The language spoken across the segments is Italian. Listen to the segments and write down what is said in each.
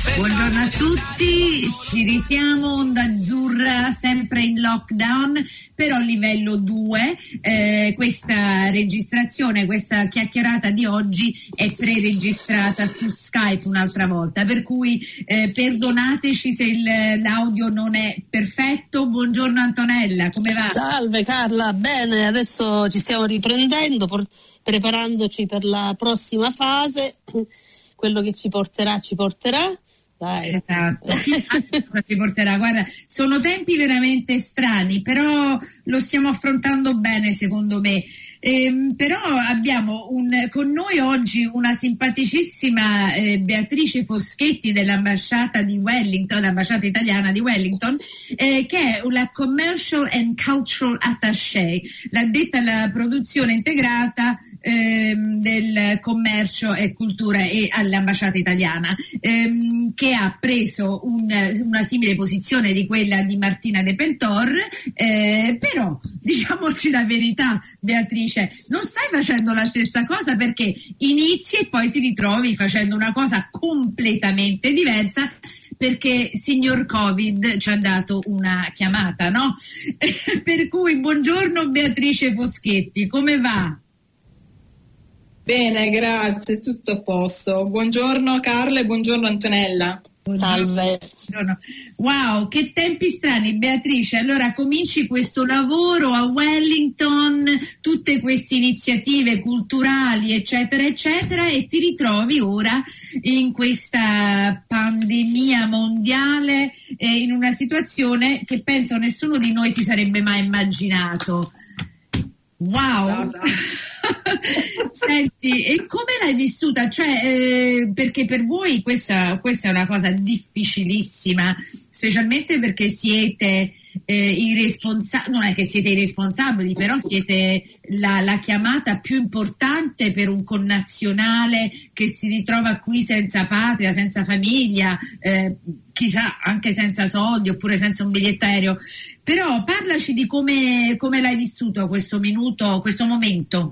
Buongiorno a tutti, ci risiamo, Onda Azzurra sempre in lockdown, però livello 2. Questa registrazione, questa chiacchierata di oggi è pre-registrata su Skype un'altra volta, per cui perdonateci se l'audio non è perfetto. Buongiorno Antonella, come va? Salve Carla, bene, adesso ci stiamo riprendendo, preparandoci per la prossima fase, quello che ci porterà. Dai. Esatto. Ci porterà. Guarda, sono tempi veramente strani, però lo stiamo affrontando bene secondo me. Però abbiamo con noi oggi una simpaticissima Beatrice Foschetti dell'ambasciata di Wellington, l'ambasciata italiana di Wellington, che è la Commercial and Cultural Attaché, l'addetta alla produzione integrata del commercio e cultura e all'ambasciata italiana, che ha preso una simile posizione di quella di Martina De Pentor, però diciamoci la verità, Beatrice, non stai facendo la stessa cosa, perché inizi e poi ti ritrovi facendo una cosa completamente diversa, perché signor Covid ci ha dato una chiamata, no? Per cui buongiorno Beatrice Foschetti, come va? Bene, grazie, tutto a posto. Buongiorno Carla e buongiorno Antonella. Salve. Wow, che tempi strani, Beatrice. Allora cominci questo lavoro a Wellington, tutte queste iniziative culturali eccetera eccetera, e ti ritrovi ora in questa pandemia mondiale, in una situazione che penso nessuno di noi si sarebbe mai immaginato. Wow. Senti, e come l'hai vissuta? Cioè, perché per voi questa è una cosa difficilissima, specialmente perché siete non è che siete irresponsabili, però siete la chiamata più importante per un connazionale che si ritrova qui senza patria, senza famiglia, chissà anche senza soldi oppure senza un biglietto aereo. Però parlaci di come l'hai vissuto questo momento.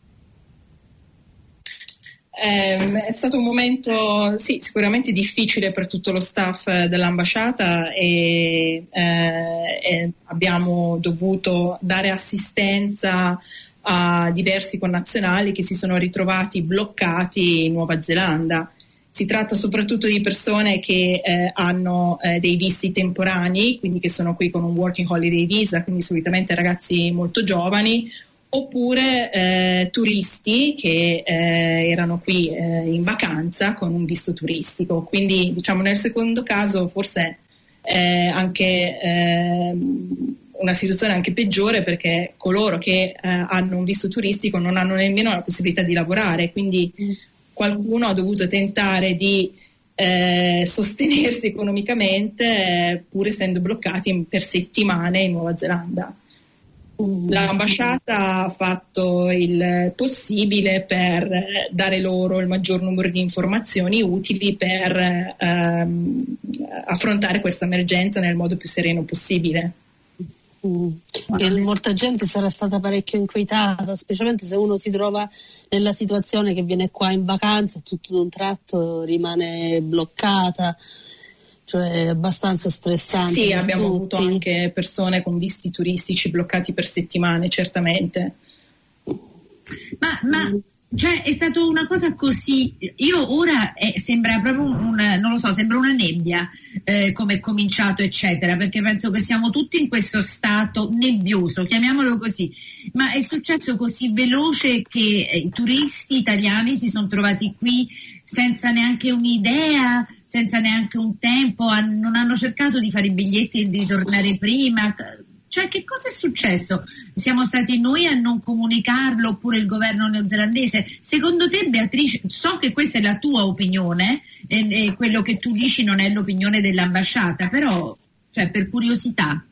È stato un momento sicuramente difficile per tutto lo staff dell'ambasciata e abbiamo dovuto dare assistenza a diversi connazionali che si sono ritrovati bloccati in Nuova Zelanda. Si tratta soprattutto di persone che hanno dei visti temporanei, quindi che sono qui con un working holiday visa, quindi solitamente ragazzi molto giovani, oppure turisti che erano qui in vacanza con un visto turistico. Quindi diciamo nel secondo caso forse anche una situazione anche peggiore, perché coloro che hanno un visto turistico non hanno nemmeno la possibilità di lavorare, quindi qualcuno ha dovuto tentare di sostenersi economicamente pur essendo bloccati per settimane in Nuova Zelanda. L'ambasciata ha fatto il possibile per dare loro il maggior numero di informazioni utili per affrontare questa emergenza nel modo più sereno possibile. E molta gente sarà stata parecchio inquietata, specialmente se uno si trova nella situazione che viene qua in vacanza e tutto d'un tratto rimane bloccata. Cioè abbastanza stressante. Sì, abbiamo avuto anche persone con visti turistici bloccati per settimane, certamente. Ma cioè è stata una cosa così, io ora sembra proprio non lo so, sembra una nebbia come è cominciato eccetera, perché penso che siamo tutti in questo stato nebbioso, chiamiamolo così, ma è successo così veloce che i turisti italiani si sono trovati qui senza neanche un'idea, senza neanche un tempo, non hanno cercato di fare i biglietti e di tornare prima. Cioè, che cosa è successo? Siamo stati noi a non comunicarlo oppure il governo neozelandese? Secondo te, Beatrice, so che questa è la tua opinione e quello che tu dici non è l'opinione dell'ambasciata, però cioè, per curiosità.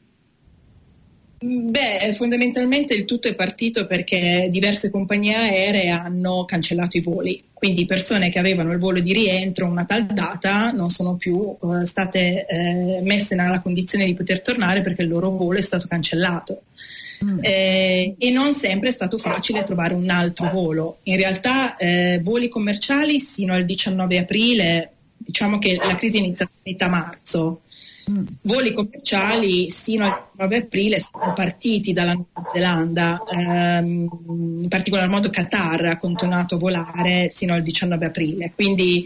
Beh, fondamentalmente il tutto è partito perché diverse compagnie aeree hanno cancellato i voli, quindi persone che avevano il volo di rientro a una tal data non sono più state messe nella condizione di poter tornare perché il loro volo è stato cancellato. E non sempre è stato facile trovare un altro volo. In realtà voli commerciali sino al 19 aprile diciamo che la crisi è iniziata a metà marzo. Voli commerciali sino al 9 aprile sono partiti dalla Nuova Zelanda, in particolar modo Qatar ha continuato a volare sino al 19 aprile, quindi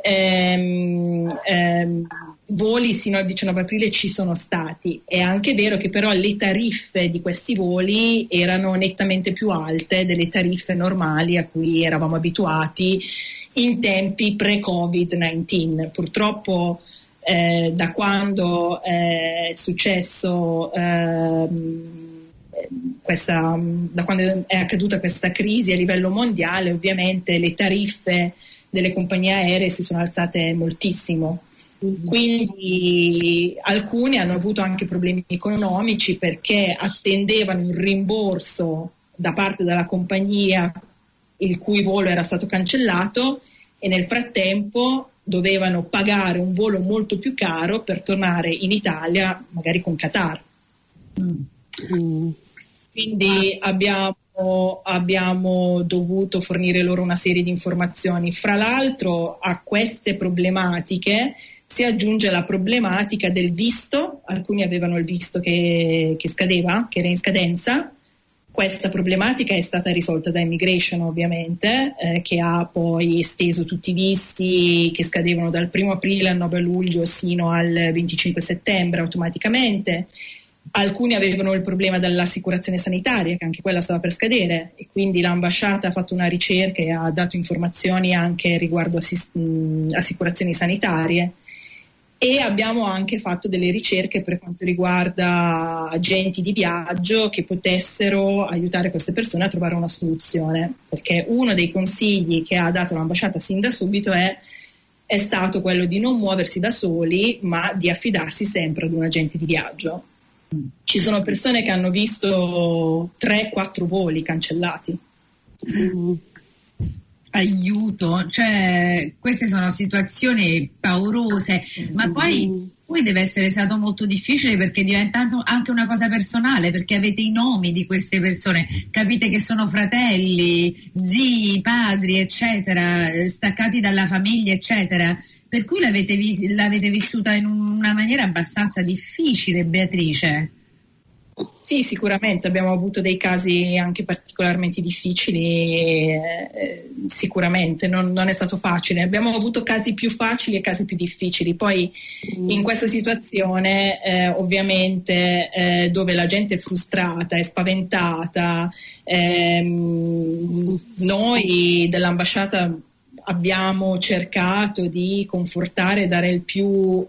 voli sino al 19 aprile ci sono stati. È anche vero che però le tariffe di questi voli erano nettamente più alte delle tariffe normali a cui eravamo abituati in tempi pre-Covid-19. Purtroppo da quando è successo da quando è accaduta questa crisi a livello mondiale, ovviamente le tariffe delle compagnie aeree si sono alzate moltissimo. Quindi alcuni hanno avuto anche problemi economici perché attendevano il rimborso da parte della compagnia il cui volo era stato cancellato, e nel frattempo dovevano pagare un volo molto più caro per tornare in Italia, magari con Qatar. Quindi abbiamo dovuto fornire loro una serie di informazioni. Fra l'altro a queste problematiche si aggiunge la problematica del visto. Alcuni avevano il visto che scadeva, che era in scadenza. Questa problematica è stata risolta da Immigration, ovviamente, che ha poi esteso tutti i visti che scadevano dal 1 aprile al 9 luglio sino al 25 settembre automaticamente. Alcuni avevano il problema dell'assicurazione sanitaria, che anche quella stava per scadere, e quindi l'ambasciata ha fatto una ricerca e ha dato informazioni anche riguardo assicurazioni sanitarie. E abbiamo anche fatto delle ricerche per quanto riguarda agenti di viaggio che potessero aiutare queste persone a trovare una soluzione, perché uno dei consigli che ha dato l'ambasciata sin da subito è stato quello di non muoversi da soli, ma di affidarsi sempre ad un agente di viaggio. Ci sono persone che hanno visto 3-4 voli cancellati. Aiuto, cioè queste sono situazioni paurose, ma poi deve essere stato molto difficile perché diventa anche una cosa personale, perché avete i nomi di queste persone, capite che sono fratelli, zii, padri, eccetera, staccati dalla famiglia, eccetera, per cui l'avete vissuta in una maniera abbastanza difficile, Beatrice. Sì, sicuramente abbiamo avuto dei casi anche particolarmente difficili, sicuramente non è stato facile. Abbiamo avuto casi più facili e casi più difficili. Poi in questa situazione ovviamente dove la gente è frustrata, è spaventata, noi dell'ambasciata abbiamo cercato di confortare e dare il più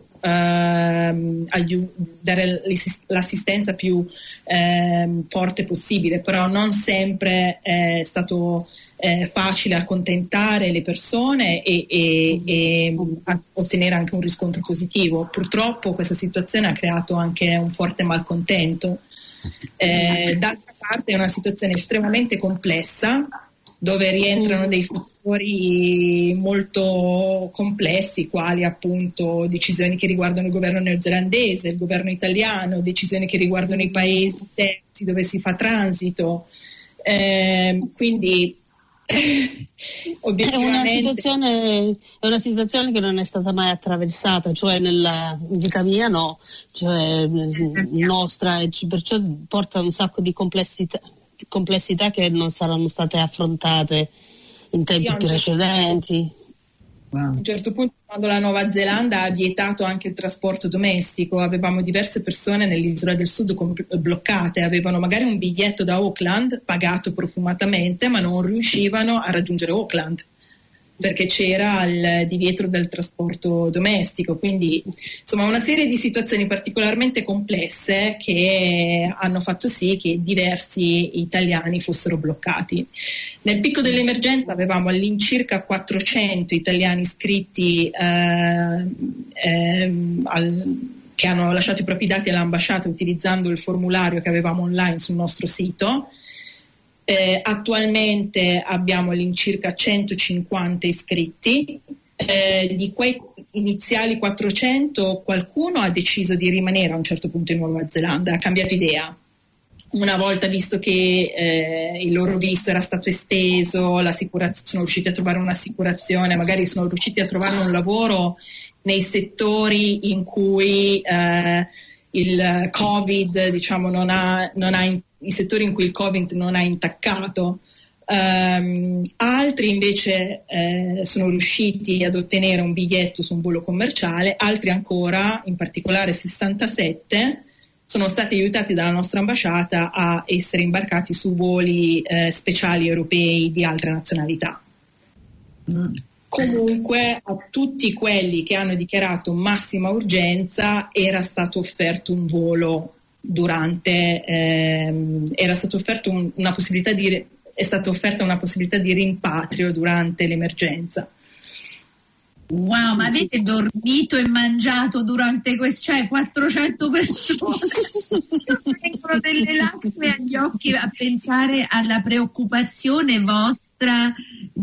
dare l'assistenza più forte possibile, però non sempre è stato facile accontentare le persone e ottenere anche un riscontro positivo. Purtroppo questa situazione ha creato anche un forte malcontento. D'altra parte è una situazione estremamente complessa, dove rientrano dei fattori molto complessi, quali appunto decisioni che riguardano il governo neozelandese, il governo italiano, decisioni che riguardano i paesi terzi dove si fa transito. Quindi obiettivamente è una situazione che non è stata mai attraversata, cioè nella vita mia no, cioè nostra, e perciò porta un sacco di complessità che non saranno state affrontate in tempi precedenti. A un certo punto, quando la Nuova Zelanda ha vietato anche il trasporto domestico, avevamo diverse persone nell'isola del sud bloccate, avevano magari un biglietto da Auckland pagato profumatamente, ma non riuscivano a raggiungere Auckland perché c'era il divieto del trasporto domestico. Quindi insomma una serie di situazioni particolarmente complesse che hanno fatto sì che diversi italiani fossero bloccati. Nel picco dell'emergenza avevamo all'incirca 400 italiani iscritti che hanno lasciato i propri dati all'ambasciata utilizzando il formulario che avevamo online sul nostro sito. Attualmente abbiamo all'incirca 150 iscritti, di quei iniziali 400 qualcuno ha deciso di rimanere a un certo punto in Nuova Zelanda, ha cambiato idea, una volta visto che il loro visto era stato esteso, sono riusciti a trovare un'assicurazione, magari sono riusciti a trovare un lavoro nei settori in cui il Covid, diciamo, i settori in cui il Covid non ha intaccato. Altri invece sono riusciti ad ottenere un biglietto su un volo commerciale, altri ancora, in particolare 67, sono stati aiutati dalla nostra ambasciata a essere imbarcati su voli speciali europei di altre nazionalità. Comunque a tutti quelli che hanno dichiarato massima urgenza era stato offerto un volo è stata offerta una possibilità di rimpatrio durante l'emergenza. Wow, ma avete dormito e mangiato durante cioè 400 persone? Vengono delle lacrime agli occhi a pensare alla preoccupazione vostra,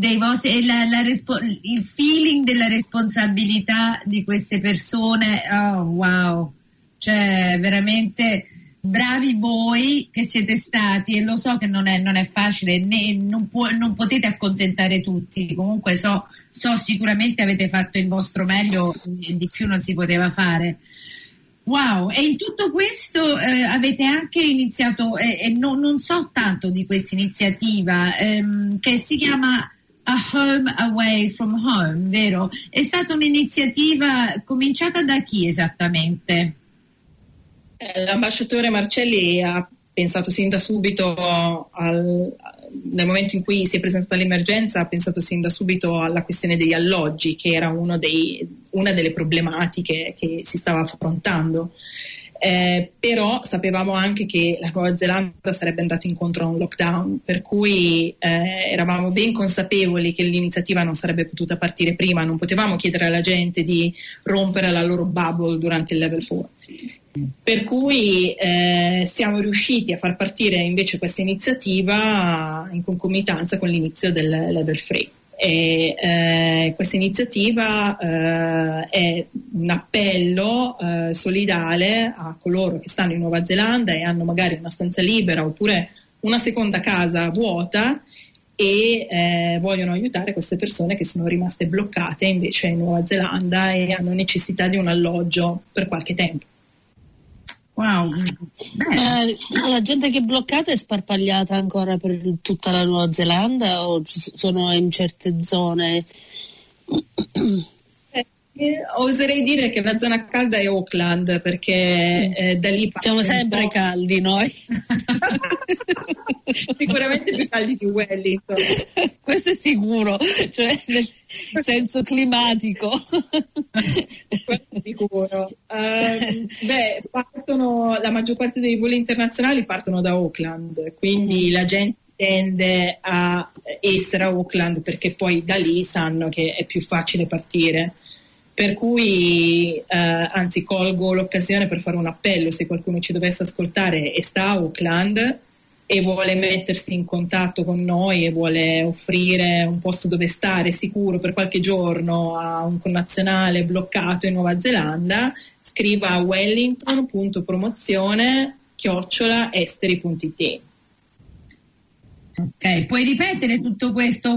il feeling della responsabilità di queste persone. Oh wow, cioè veramente bravi voi che siete stati, e lo so che non è facile, non potete accontentare tutti, comunque so sicuramente avete fatto il vostro meglio, di più non si poteva fare. Wow, e in tutto questo avete anche iniziato, non so tanto di questa iniziativa che si chiama A Home Away from Home, vero? È stata un'iniziativa cominciata da chi esattamente? L'ambasciatore Marcelli ha pensato sin da subito, nel momento in cui si è presentata l'emergenza, ha pensato sin da subito alla questione degli alloggi, che era una delle problematiche che si stava affrontando. Però sapevamo anche che la Nuova Zelanda sarebbe andata incontro a un lockdown, per cui eravamo ben consapevoli che l'iniziativa non sarebbe potuta partire prima, non potevamo chiedere alla gente di rompere la loro bubble durante il level 4. Per cui siamo riusciti a far partire invece questa iniziativa in concomitanza con l'inizio del level 3. E questa iniziativa è un appello solidale a coloro che stanno in Nuova Zelanda e hanno magari una stanza libera oppure una seconda casa vuota e vogliono aiutare queste persone che sono rimaste bloccate invece in Nuova Zelanda e hanno necessità di un alloggio per qualche tempo. Wow. La gente che è bloccata è sparpagliata ancora per tutta la Nuova Zelanda o sono in certe zone? Oserei dire che la zona calda è Auckland, perché da lì siamo sempre caldi noi. Sicuramente più caldi di Wellington. Questo è sicuro, cioè nel senso climatico. Questo è sicuro. La maggior parte dei voli internazionali partono da Auckland, quindi la gente tende a essere a Auckland perché poi da lì sanno che è più facile partire. Per cui anzi colgo l'occasione per fare un appello: se qualcuno ci dovesse ascoltare e sta a Auckland e vuole mettersi in contatto con noi e vuole offrire un posto dove stare sicuro per qualche giorno a un connazionale bloccato in Nuova Zelanda, scriva a wellington.promozione@esteri.it. Ok, puoi ripetere tutto questo?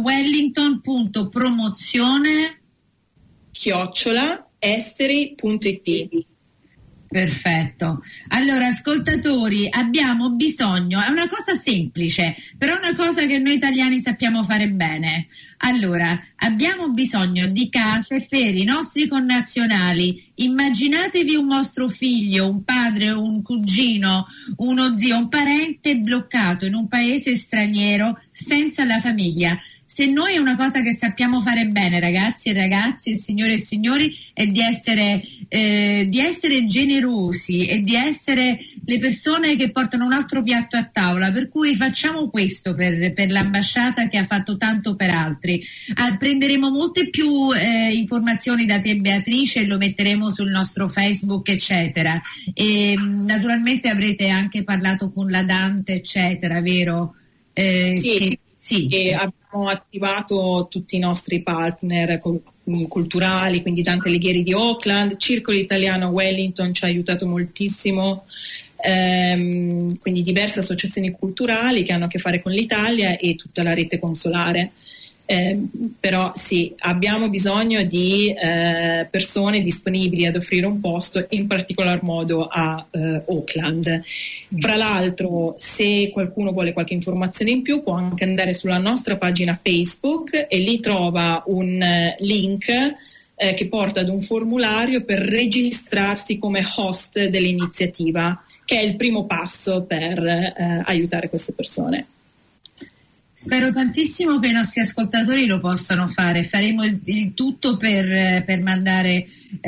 wellington.promozione@esteri.it. Perfetto. Allora, ascoltatori, abbiamo bisogno, è una cosa semplice, però è una cosa che noi italiani sappiamo fare bene. Allora, abbiamo bisogno di case per i nostri connazionali. Immaginatevi un vostro figlio, un padre, un cugino, uno zio, un parente bloccato in un paese straniero senza la famiglia. Se noi è una cosa che sappiamo fare bene, ragazzi e ragazze, signore e signori, è di essere generosi e di essere le persone che portano un altro piatto a tavola, per cui facciamo questo per l'ambasciata che ha fatto tanto per altri. Prenderemo molte più informazioni da te, Beatrice, e lo metteremo sul nostro Facebook, eccetera. E naturalmente avrete anche parlato con la Dante, eccetera, vero? Sì. E abbiamo attivato tutti i nostri partner culturali, quindi Dante Alighieri di Auckland, Circolo Italiano Wellington ci ha aiutato moltissimo, quindi diverse associazioni culturali che hanno a che fare con l'Italia e tutta la rete consolare. Però sì, abbiamo bisogno di persone disponibili ad offrire un posto, in particolar modo a Auckland. Fra l'altro, se qualcuno vuole qualche informazione in più, può anche andare sulla nostra pagina Facebook e lì trova un link che porta ad un formulario per registrarsi come host dell'iniziativa, che è il primo passo per aiutare queste persone. Spero tantissimo che i nostri ascoltatori lo possano fare. Faremo il tutto per mandare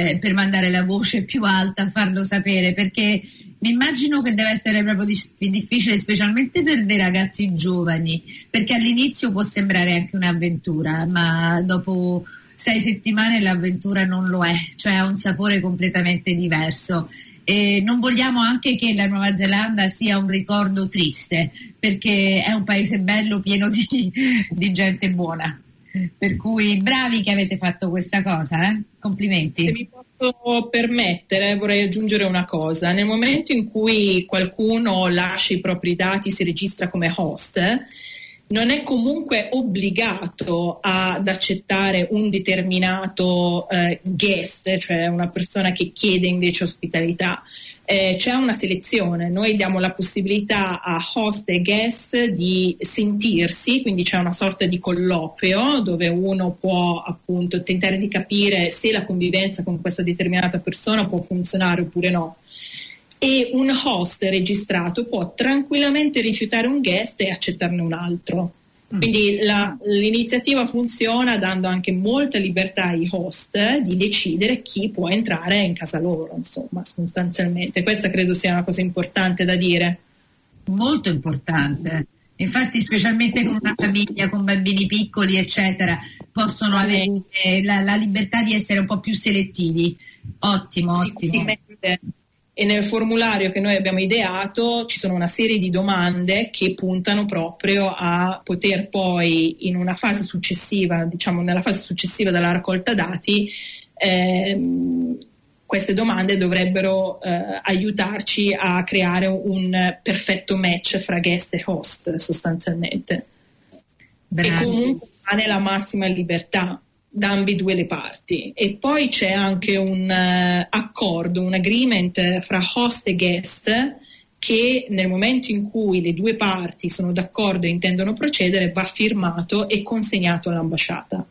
la voce più alta, farlo sapere, perché mi immagino che deve essere proprio difficile, specialmente per dei ragazzi giovani, perché all'inizio può sembrare anche un'avventura, ma dopo 6 settimane l'avventura non lo è, cioè ha un sapore completamente diverso. E non vogliamo anche che la Nuova Zelanda sia un ricordo triste, perché è un paese bello, pieno di gente buona. Per cui bravi che avete fatto questa cosa, complimenti. Se mi posso permettere, vorrei aggiungere una cosa. Nel momento in cui qualcuno lascia i propri dati, si registra come host, non è comunque obbligato ad accettare un determinato guest, cioè una persona che chiede invece ospitalità. C'è una selezione, noi diamo la possibilità a host e guest di sentirsi, quindi c'è una sorta di colloquio dove uno può appunto tentare di capire se la convivenza con questa determinata persona può funzionare oppure no. E un host registrato può tranquillamente rifiutare un guest e accettarne un altro. Quindi l'iniziativa funziona dando anche molta libertà ai host di decidere chi può entrare in casa loro, insomma, sostanzialmente. Questa credo sia una cosa importante da dire. Molto importante. Infatti, specialmente con una famiglia, con bambini piccoli, eccetera, possono avere la libertà di essere un po' più selettivi. Ottimo, ottimo. E nel formulario che noi abbiamo ideato ci sono una serie di domande che puntano proprio a poter poi in una fase successiva, diciamo nella fase successiva della raccolta dati, queste domande dovrebbero aiutarci a creare un perfetto match fra guest e host sostanzialmente. Bravi. E comunque nella massima libertà da ambedue le parti. E poi c'è anche un accordo, un agreement fra host e guest che nel momento in cui le due parti sono d'accordo e intendono procedere va firmato e consegnato all'ambasciata.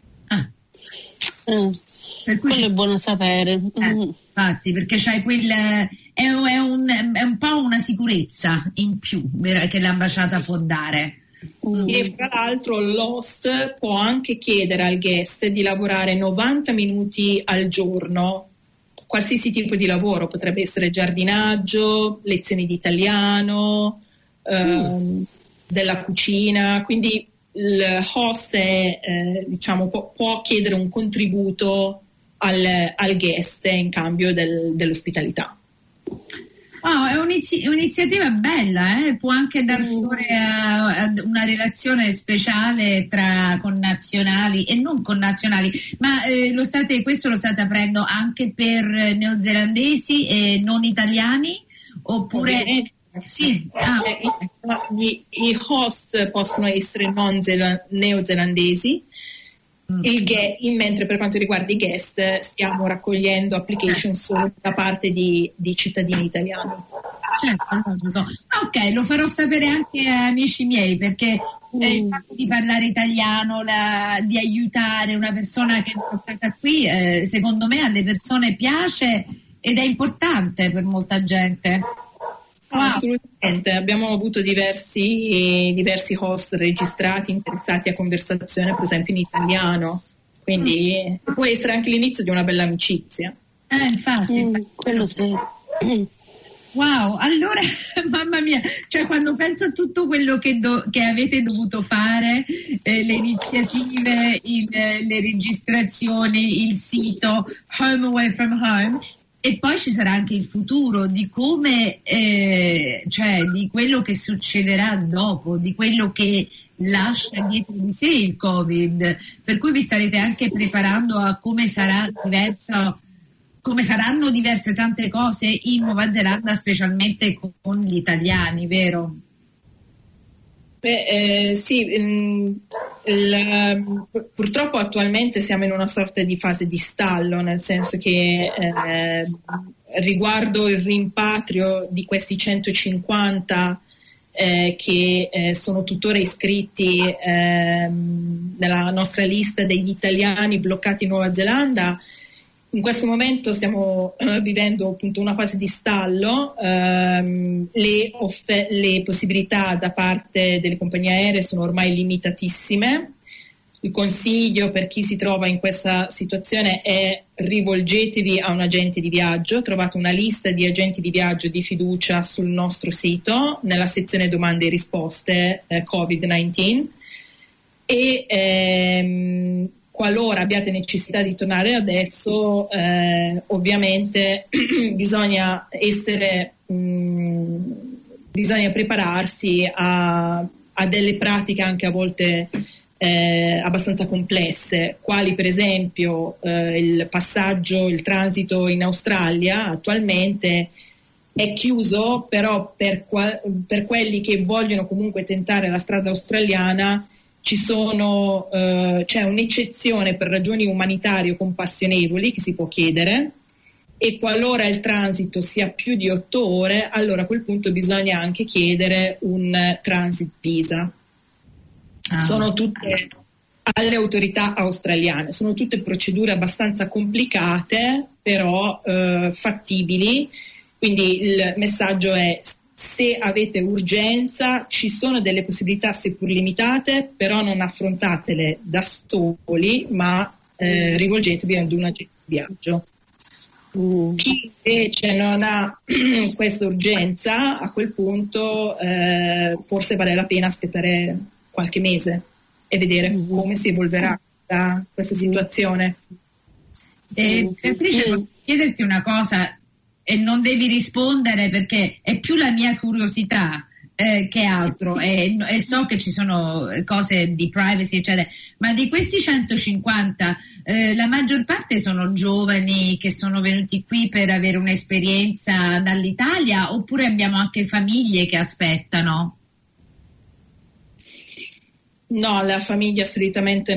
Per cui quello è buono sapere. Infatti, perché c'hai è un po' una sicurezza in più che l'ambasciata può dare. E fra l'altro l'host può anche chiedere al guest di lavorare 90 minuti al giorno, qualsiasi tipo di lavoro, potrebbe essere giardinaggio, lezioni di italiano, della cucina, quindi il host può chiedere un contributo al guest in cambio dell'ospitalità. È un'iniziativa bella, può anche dar fuori a una relazione speciale tra connazionali e non connazionali, ma questo lo state aprendo anche per neozelandesi e non italiani? Oppure sì. I host possono essere non neozelandesi. Mentre per quanto riguarda i guest stiamo raccogliendo application solo da parte di cittadini italiani. Certo, ok, lo farò sapere anche a amici miei, perché il fatto di parlare italiano, di aiutare una persona che è portata qui, secondo me alle persone piace ed è importante per molta gente. Wow. Assolutamente, abbiamo avuto diversi host registrati interessati a conversazione, per esempio in italiano, quindi può essere anche l'inizio di una bella amicizia. Infatti, quello sì. Wow, allora mamma mia, cioè quando penso a tutto quello che avete dovuto fare, le iniziative, le registrazioni, il sito Home Away from Home. E poi ci sarà anche il futuro di come, cioè di quello che succederà dopo, di quello che lascia dietro di sé il Covid, per cui vi starete anche preparando a come sarà diverso come saranno diverse tante cose in Nuova Zelanda, specialmente con gli italiani, vero? Sì, purtroppo attualmente siamo in una sorta di fase di stallo, nel senso che riguardo il rimpatrio di questi 150 che sono tuttora iscritti nella nostra lista degli italiani bloccati in Nuova Zelanda, in questo momento stiamo vivendo appunto una fase di stallo. Le possibilità da parte delle compagnie aeree sono ormai limitatissime. Il consiglio per chi si trova in questa situazione è: rivolgetevi a un agente di viaggio. Trovate una lista di agenti di viaggio di fiducia sul nostro sito nella sezione domande e risposte Covid-19 e qualora abbiate necessità di tornare adesso, ovviamente bisogna prepararsi a delle pratiche anche a volte abbastanza complesse, quali per esempio il transito in Australia attualmente è chiuso, però per quelli che vogliono comunque tentare la strada australiana c'è un'eccezione per ragioni umanitarie o compassionevoli che si può chiedere, e qualora il transito sia più di 8 ore, allora a quel punto bisogna anche chiedere un transit visa. Sono tutte alle autorità australiane, sono tutte procedure abbastanza complicate, però fattibili. Quindi il messaggio è: se avete urgenza ci sono delle possibilità, seppur limitate, però non affrontatele da soli, ma rivolgetevi ad un agente di viaggio. Chi invece non ha questa urgenza, a quel punto forse vale la pena aspettare qualche mese e vedere come si evolverà questa situazione. Beatrice, posso chiederti una cosa? E non devi rispondere perché è più la mia curiosità che altro, e so che ci sono cose di privacy eccetera, ma di questi 150 la maggior parte sono giovani che sono venuti qui per avere un'esperienza dall'Italia, oppure abbiamo anche famiglie che aspettano? No, la famiglia solitamente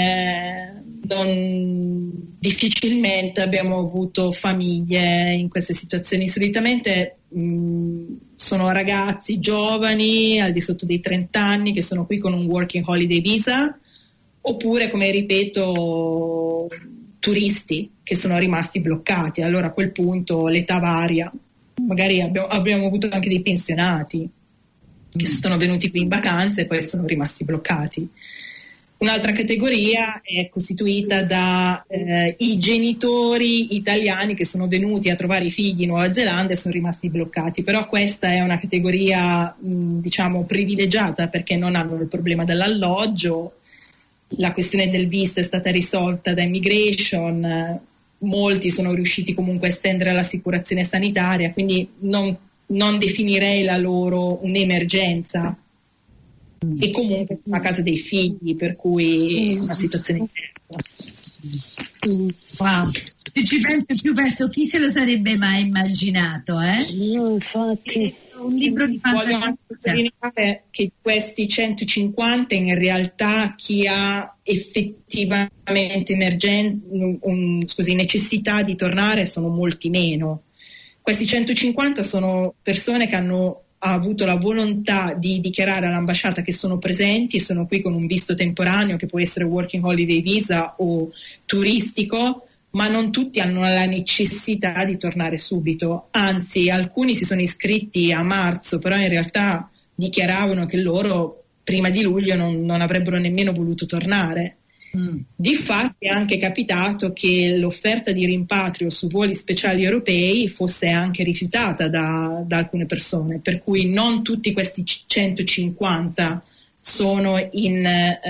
difficilmente abbiamo avuto famiglie in queste situazioni. Solitamente sono ragazzi giovani al di sotto dei 30 anni che sono qui con un working holiday visa, oppure, come ripeto, turisti che sono rimasti bloccati. Allora a quel punto l'età varia, magari abbiamo avuto anche dei pensionati che sono venuti qui in vacanza e poi sono rimasti bloccati. Un'altra categoria è costituita da i genitori italiani che sono venuti a trovare i figli in Nuova Zelanda e sono rimasti bloccati, però questa è una categoria diciamo privilegiata perché non hanno il problema dell'alloggio, la questione del visto è stata risolta da Immigration, molti sono riusciti comunque a estendere l'assicurazione sanitaria, quindi non definirei la loro un'emergenza. E comunque sono a casa dei figli, per cui è una situazione diversa. Wow, se ci penso chi se lo sarebbe mai immaginato, No, infatti. Un libro di fantascienza. Voglio anche sottolineare che questi 150 in realtà chi ha effettivamente necessità di tornare sono molti meno. Questi 150 sono persone che ha avuto la volontà di dichiarare all'ambasciata che sono presenti e sono qui con un visto temporaneo che può essere working holiday visa o turistico, ma non tutti hanno la necessità di tornare subito. Anzi, alcuni si sono iscritti a marzo, però in realtà dichiaravano che loro prima di luglio non avrebbero nemmeno voluto tornare. Difatti è anche capitato che l'offerta di rimpatrio su voli speciali europei fosse anche rifiutata da alcune persone, per cui non tutti questi 150 sono in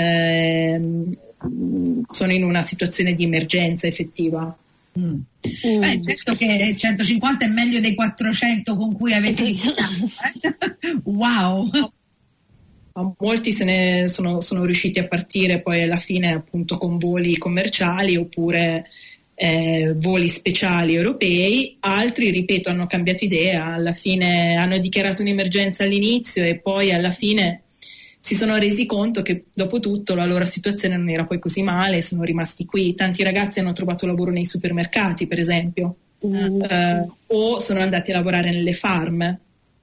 una situazione di emergenza effettiva. Certo che 150 è meglio dei 400 con cui avete iniziato. Wow. Molti se ne sono riusciti a partire poi alla fine appunto con voli commerciali, oppure voli speciali europei, altri, ripeto, hanno cambiato idea, alla fine hanno dichiarato un'emergenza all'inizio e poi alla fine si sono resi conto che dopo tutto la loro situazione non era poi così male, sono rimasti qui. Tanti ragazzi hanno trovato lavoro nei supermercati, per esempio, o sono andati a lavorare nelle farm.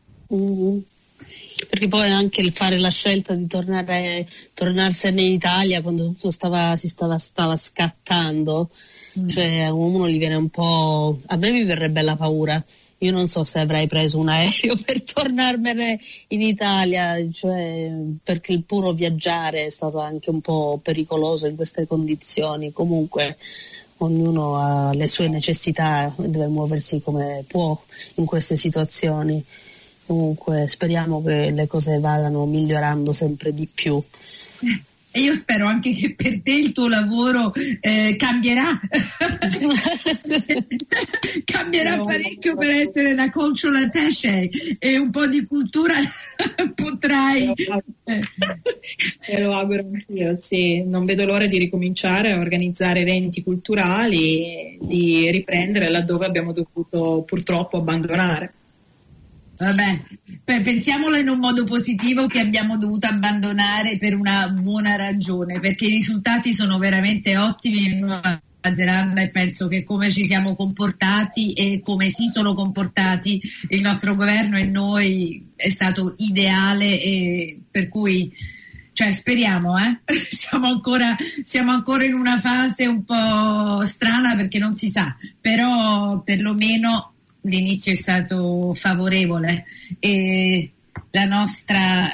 Perché poi anche il fare la scelta di tornarsene in Italia quando tutto stava scattando, cioè a uno gli viene un po', a me mi verrebbe la paura. Io non so se avrei preso un aereo per tornarmene in Italia, cioè, perché il puro viaggiare è stato anche un po' pericoloso in queste condizioni. Comunque ognuno ha le sue necessità e deve muoversi come può in queste situazioni. Comunque speriamo che le cose vadano migliorando sempre di più. E io spero anche che per te il tuo lavoro cambierà. Cambierà parecchio per essere la cultural attaché e un po' di cultura potrai. Me lo auguro anch'io, sì. Non vedo l'ora di ricominciare a organizzare eventi culturali e di riprendere laddove abbiamo dovuto purtroppo abbandonare. Vabbè, pensiamolo in un modo positivo, che abbiamo dovuto abbandonare per una buona ragione, perché i risultati sono veramente ottimi in Nuova Zelanda e penso che come ci siamo comportati e come si sono comportati il nostro governo e noi è stato ideale, e per cui speriamo, siamo ancora in una fase un po' strana perché non si sa, però perlomeno l'inizio è stato favorevole e la nostra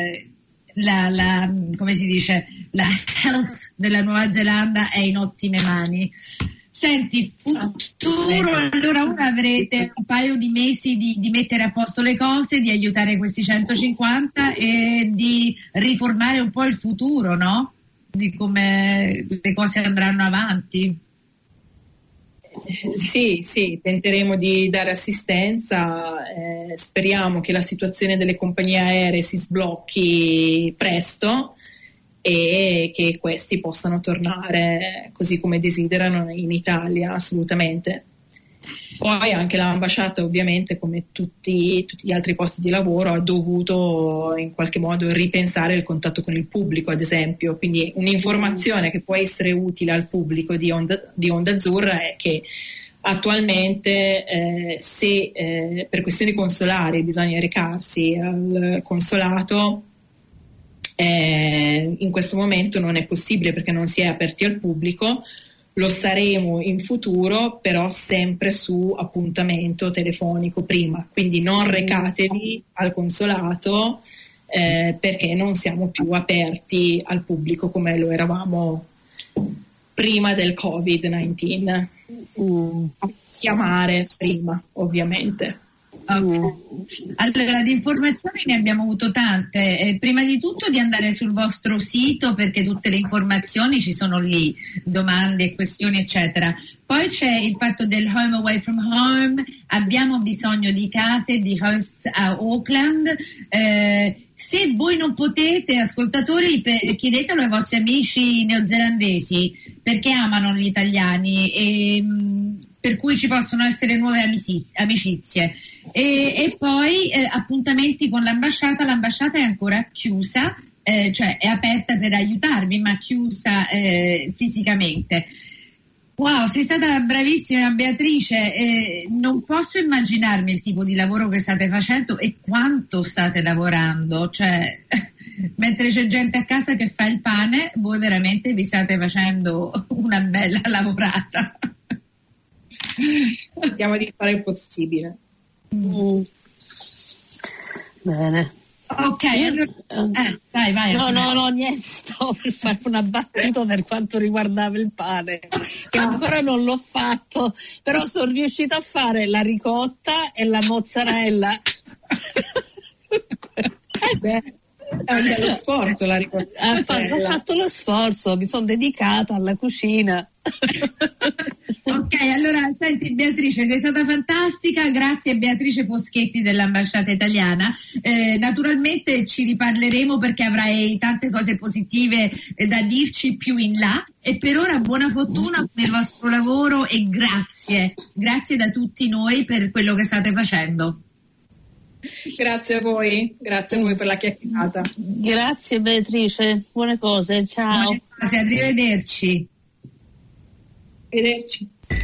come si dice, la health della Nuova Zelanda è in ottime mani. Senti, futuro, allora ora avrete un paio di mesi di mettere a posto le cose, di aiutare questi 150 e di riformare un po' il futuro, no? Di come le cose andranno avanti. Sì, tenteremo di dare assistenza, speriamo che la situazione delle compagnie aeree si sblocchi presto e che questi possano tornare così come desiderano in Italia, assolutamente. Poi anche l'ambasciata, ovviamente, come tutti gli altri posti di lavoro, ha dovuto in qualche modo ripensare il contatto con il pubblico, ad esempio. Quindi un'informazione che può essere utile al pubblico di Onda Azzurra è che attualmente se per questioni consolari bisogna recarsi al consolato, in questo momento non è possibile perché non si è aperti al pubblico. Lo saremo in futuro, però sempre su appuntamento telefonico prima, quindi non recatevi al consolato perché non siamo più aperti al pubblico come lo eravamo prima del Covid-19. Chiamare prima, ovviamente. Okay. Allora, di informazioni ne abbiamo avuto tante, prima di tutto di andare sul vostro sito perché tutte le informazioni ci sono lì, domande, questioni eccetera. Poi c'è il fatto del home away from home, abbiamo bisogno di case, di hosts a Auckland. Se voi non potete, ascoltatori, chiedetelo ai vostri amici neozelandesi perché amano gli italiani e per cui ci possono essere nuove amicizie. E poi appuntamenti con l'ambasciata è ancora chiusa, cioè è aperta per aiutarvi ma chiusa fisicamente. Wow, sei stata bravissima Beatrice, non posso immaginarmi il tipo di lavoro che state facendo e quanto state lavorando, cioè mentre c'è gente a casa che fa il pane, voi veramente vi state facendo una bella lavorata. Cerchiamo di fare il possibile. Bene. Ok, allora, vai. No, niente, stavo per fare una battuta per quanto riguardava il pane, che ancora non l'ho fatto, però sono riuscita a fare la ricotta e la mozzarella. È un bello sforzo la ricotta. Ho fatto lo sforzo, mi sono dedicata alla cucina. Ok, allora senti Beatrice, sei stata fantastica, grazie a Beatrice Foschetti dell'Ambasciata Italiana. Naturalmente ci riparleremo perché avrai tante cose positive da dirci più in là, e per ora buona fortuna nel vostro lavoro e grazie da tutti noi per quello che state facendo. Grazie a voi per la chiacchierata. Grazie Beatrice, buone cose, ciao. Buone cose, arrivederci. Arrivederci.